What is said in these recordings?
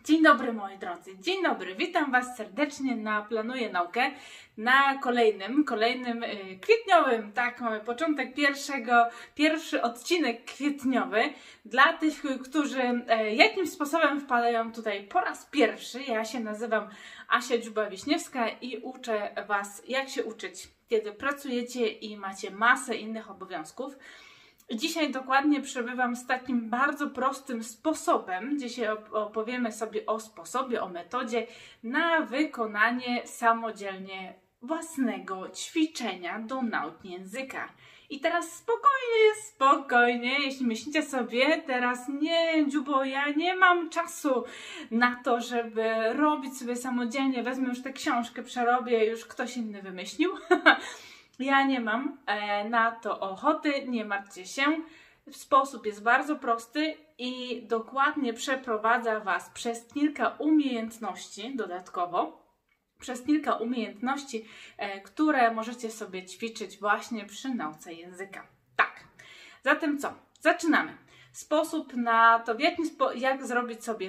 Dzień dobry moi drodzy, dzień dobry, witam Was serdecznie na Planuję Naukę, na kolejnym kwietniowym, tak, mamy początek pierwszy odcinek kwietniowy. Dla tych, którzy jakimś sposobem wpadają tutaj po raz pierwszy, ja się nazywam Asia Dziuba-Wiśniewska i uczę Was, jak się uczyć, kiedy pracujecie i macie masę innych obowiązków. Dzisiaj dokładnie przebywam z takim bardzo prostym sposobem. Dzisiaj opowiemy sobie o sposobie, o metodzie na wykonanie samodzielnie własnego ćwiczenia do nauki języka. I teraz spokojnie, jeśli myślicie sobie teraz nie, Dziubo, ja nie mam czasu na to, żeby robić sobie samodzielnie, wezmę już tę książkę, przerobię, już ktoś inny wymyślił. Ja nie mam na to ochoty, nie martwcie się. Sposób jest bardzo prosty i dokładnie przeprowadza Was przez kilka umiejętności dodatkowo. Przez kilka umiejętności, które możecie sobie ćwiczyć właśnie przy nauce języka. Tak, zatem co? Zaczynamy. Sposób na to, jak zrobić sobie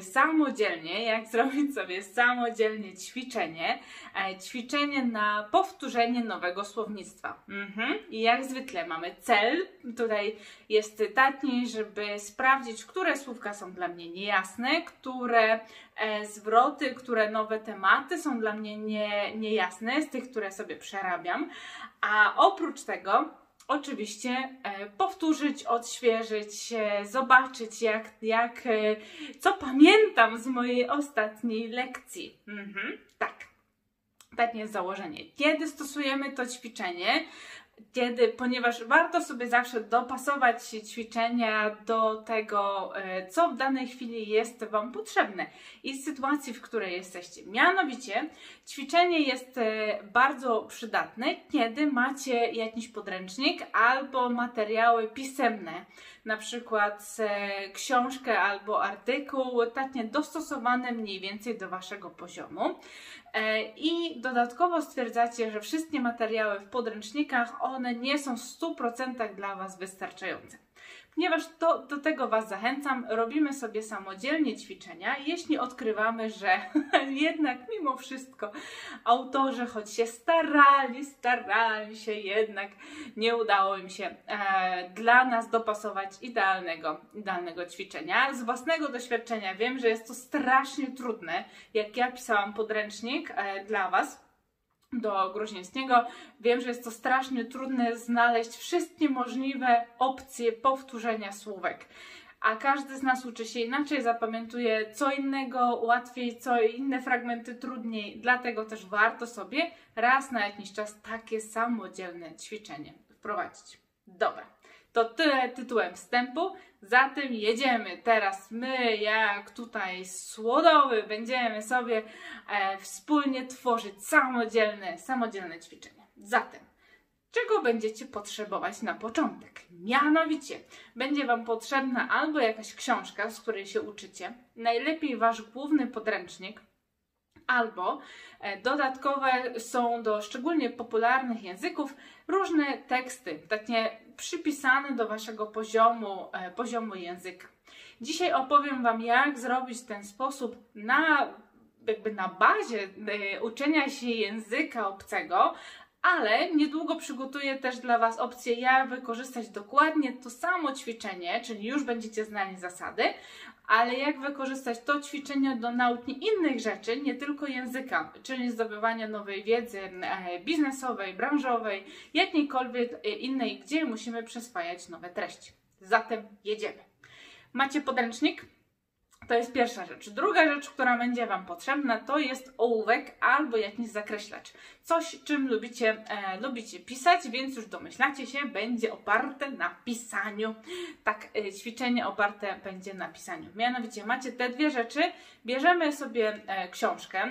samodzielnie ćwiczenie na powtórzenie nowego słownictwa. I jak zwykle mamy cel, tutaj jest taki, żeby sprawdzić, które słówka są dla mnie niejasne, które zwroty, które nowe tematy są dla mnie niejasne, z tych, które sobie przerabiam, a oprócz tego oczywiście powtórzyć, odświeżyć, zobaczyć co pamiętam z mojej ostatniej lekcji. Tak jest założenie. Kiedy stosujemy to ćwiczenie? Ponieważ warto sobie zawsze dopasować ćwiczenia do tego, co w danej chwili jest Wam potrzebne i sytuacji, w której jesteście. Mianowicie ćwiczenie jest bardzo przydatne, kiedy macie jakiś podręcznik albo materiały pisemne, na przykład książkę albo artykuł, takie dostosowane mniej więcej do Waszego poziomu. I dodatkowo stwierdzacie, że wszystkie materiały w podręcznikach, one nie są w 100% dla Was wystarczające. Ponieważ do tego Was zachęcam, robimy sobie samodzielnie ćwiczenia, jeśli odkrywamy, że jednak mimo wszystko autorzy, choć się starali się, jednak nie udało im się dla nas dopasować idealnego ćwiczenia. Z własnego doświadczenia wiem, że jest to strasznie trudne, jak ja pisałam podręcznik dla Was do gruzińskiego, wiem, że jest to strasznie trudne znaleźć wszystkie możliwe opcje powtórzenia słówek. A każdy z nas uczy się inaczej, zapamiętuje co innego łatwiej, co inne fragmenty trudniej, dlatego też warto sobie raz na jakiś czas takie samodzielne ćwiczenie wprowadzić. Dobra, to tyle tytułem wstępu, zatem jedziemy. Teraz my, jak tutaj Słodowy, będziemy sobie wspólnie tworzyć samodzielne ćwiczenia. Zatem, czego będziecie potrzebować na początek? Mianowicie, będzie Wam potrzebna albo jakaś książka, z której się uczycie, najlepiej Wasz główny podręcznik, albo dodatkowe są do szczególnie popularnych języków różne teksty, takie przypisane do Waszego poziomu języka. Dzisiaj opowiem Wam, jak zrobić ten sposób na bazie uczenia się języka obcego, ale niedługo przygotuję też dla Was opcję, jak wykorzystać dokładnie to samo ćwiczenie, czyli już będziecie znali zasady, ale jak wykorzystać to ćwiczenie do nauki innych rzeczy, nie tylko języka, czyli zdobywania nowej wiedzy biznesowej, branżowej, jakiejkolwiek innej, gdzie musimy przyswajać nowe treści. Zatem jedziemy. Macie podręcznik? To jest pierwsza rzecz. Druga rzecz, która będzie Wam potrzebna, to jest ołówek albo jakiś zakreślacz. Coś, czym lubicie pisać, więc już domyślacie się, będzie oparte na pisaniu. Tak, ćwiczenie oparte będzie na pisaniu. Mianowicie macie te dwie rzeczy, bierzemy sobie książkę,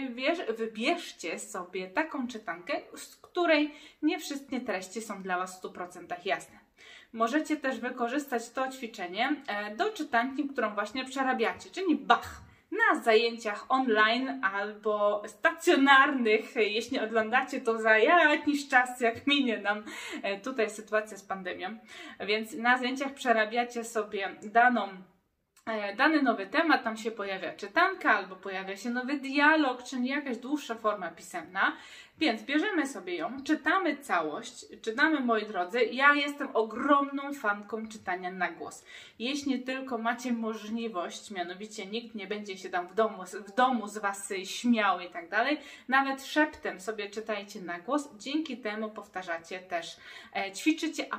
wybierzcie sobie taką czytankę, z której nie wszystkie treści są dla Was w 100% jasne. Możecie też wykorzystać to ćwiczenie do czytanki, którą właśnie przerabiacie, czyli na zajęciach online albo stacjonarnych, jeśli oglądacie to za jakiś czas, jak minie nam tutaj sytuacja z pandemią. Więc na zajęciach przerabiacie sobie daną dany nowy temat, tam się pojawia czytanka albo pojawia się nowy dialog, czyli jakaś dłuższa forma pisemna, więc bierzemy sobie ją, czytamy całość, czytamy, moi drodzy. Ja jestem ogromną fanką czytania na głos. Jeśli tylko macie możliwość, mianowicie nikt nie będzie się tam w domu z Was śmiał i tak dalej, nawet szeptem sobie czytajcie na głos, dzięki temu powtarzacie też, ćwiczycie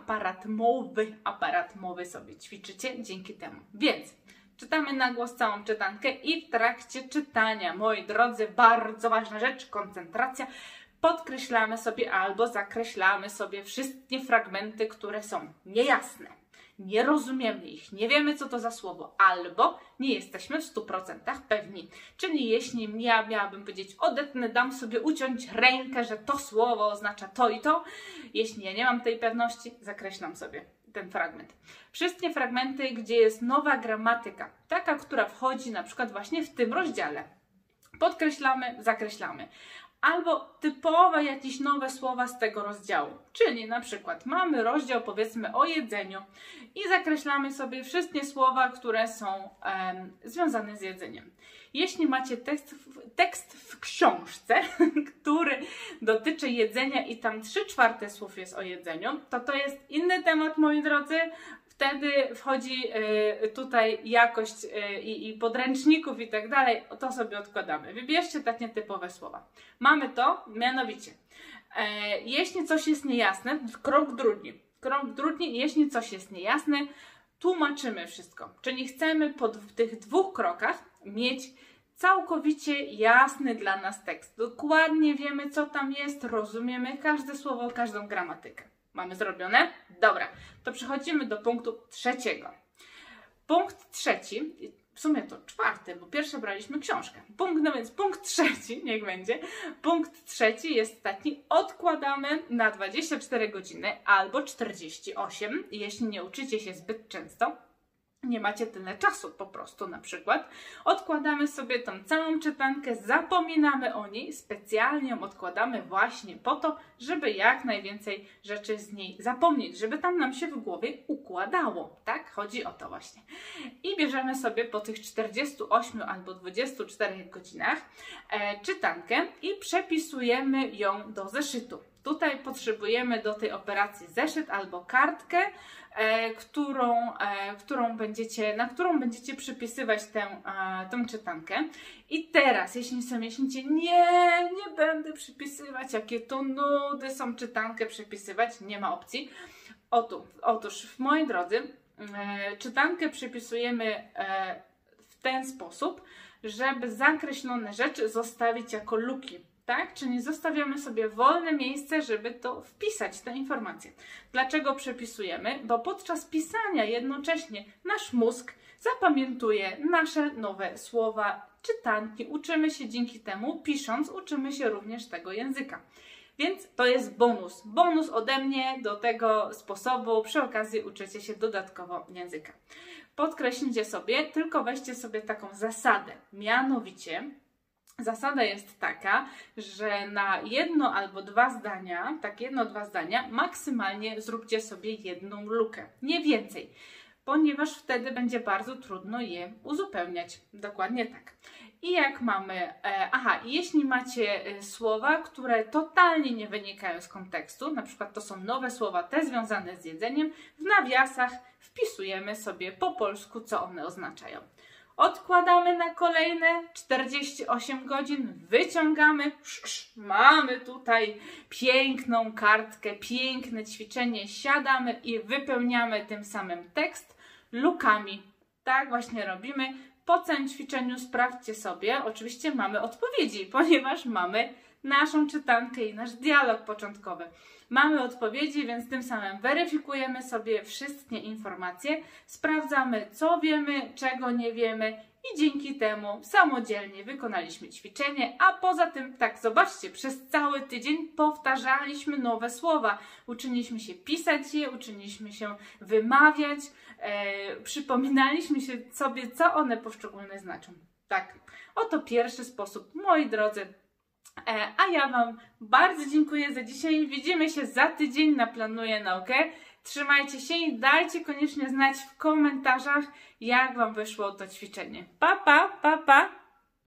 aparat mowy sobie ćwiczycie dzięki temu. Więc czytamy na głos całą czytankę i w trakcie czytania, moi drodzy, bardzo ważna rzecz, koncentracja, podkreślamy sobie albo zakreślamy sobie wszystkie fragmenty, które są niejasne. Nie rozumiemy ich, nie wiemy co to za słowo, albo nie jesteśmy w 100% pewni. Czyli jeśli ja miałabym powiedzieć odetnę, dam sobie uciąć rękę, że to słowo oznacza to i to, jeśli ja nie mam tej pewności, zakreślam sobie ten fragment. Wszystkie fragmenty, gdzie jest nowa gramatyka, taka, która wchodzi na przykład właśnie w tym rozdziale, podkreślamy, zakreślamy. Albo typowe jakieś nowe słowa z tego rozdziału. Czyli na przykład mamy rozdział, powiedzmy, o jedzeniu i zakreślamy sobie wszystkie słowa, które są związane z jedzeniem. Jeśli macie tekst w książce, który dotyczy jedzenia i tam 3/4 słów jest o jedzeniu, to jest inny temat, moi drodzy. Wtedy wchodzi tutaj jakość i podręczników i tak dalej, to sobie odkładamy. Wybierzcie takie typowe słowa. Mamy to, mianowicie, jeśli coś jest niejasne, krok drugi, jeśli coś jest niejasne, tłumaczymy wszystko. Czyli chcemy w tych 2 krokach mieć całkowicie jasny dla nas tekst. Dokładnie wiemy, co tam jest, rozumiemy każde słowo, każdą gramatykę. Mamy zrobione? Dobra, to przechodzimy do punktu 3. Punkt 3, w sumie to 4, bo pierwsze braliśmy książkę. Więc punkt 3, niech będzie. Punkt 3 jest taki, odkładamy na 24 godziny albo 48, jeśli nie uczycie się zbyt często. Nie macie tyle czasu po prostu na przykład. Odkładamy sobie tą całą czytankę, zapominamy o niej, specjalnie ją odkładamy właśnie po to, żeby jak najwięcej rzeczy z niej zapomnieć, żeby tam nam się w głowie układało, tak? Chodzi o to właśnie. I bierzemy sobie po tych 48 albo 24 godzinach czytankę i przepisujemy ją do zeszytu. Tutaj potrzebujemy do tej operacji zeszyt albo kartkę, na którą będziecie przypisywać tę czytankę. I teraz, jeśli sobie myślicie, nie będę przypisywać, jakie to nudy są czytankę przypisywać, nie ma opcji. Otóż, moi drodzy, czytankę przypisujemy w ten sposób, żeby zakreślone rzeczy zostawić jako luki. Tak? Czyli zostawiamy sobie wolne miejsce, żeby to wpisać, te informacje. Dlaczego przepisujemy? Bo podczas pisania jednocześnie nasz mózg zapamiętuje nasze nowe słowa, czytanki. Uczymy się dzięki temu, pisząc, uczymy się również tego języka. Więc to jest bonus. Bonus ode mnie do tego sposobu. Przy okazji uczycie się dodatkowo języka. Podkreślcie sobie, tylko weźcie sobie taką zasadę. Mianowicie, zasada jest taka, że na 1 albo 2 zdania, tak 1-2 zdania, maksymalnie zróbcie sobie 1 lukę. Nie więcej, ponieważ wtedy będzie bardzo trudno je uzupełniać. Dokładnie tak. I jak mamy, jeśli macie słowa, które totalnie nie wynikają z kontekstu, na przykład to są nowe słowa, te związane z jedzeniem, w nawiasach wpisujemy sobie po polsku, co one oznaczają. Odkładamy na kolejne 48 godzin, wyciągamy, mamy tutaj piękną kartkę, piękne ćwiczenie, siadamy i wypełniamy tym samym tekst lukami. Tak właśnie robimy. Po całym ćwiczeniu sprawdźcie sobie, oczywiście mamy odpowiedzi, ponieważ mamy naszą czytankę i nasz dialog początkowy. Mamy odpowiedzi, więc tym samym weryfikujemy sobie wszystkie informacje, sprawdzamy, co wiemy, czego nie wiemy i dzięki temu samodzielnie wykonaliśmy ćwiczenie, a poza tym, tak zobaczcie, przez cały tydzień powtarzaliśmy nowe słowa, uczyliśmy się pisać je, uczyliśmy się wymawiać, przypominaliśmy się sobie, co one poszczególne znaczą. Tak, oto pierwszy sposób, moi drodzy. A ja Wam bardzo dziękuję za dzisiaj. Widzimy się za tydzień na Planuję Naukę. Trzymajcie się i dajcie koniecznie znać w komentarzach, jak Wam wyszło to ćwiczenie. Pa, pa, pa, pa!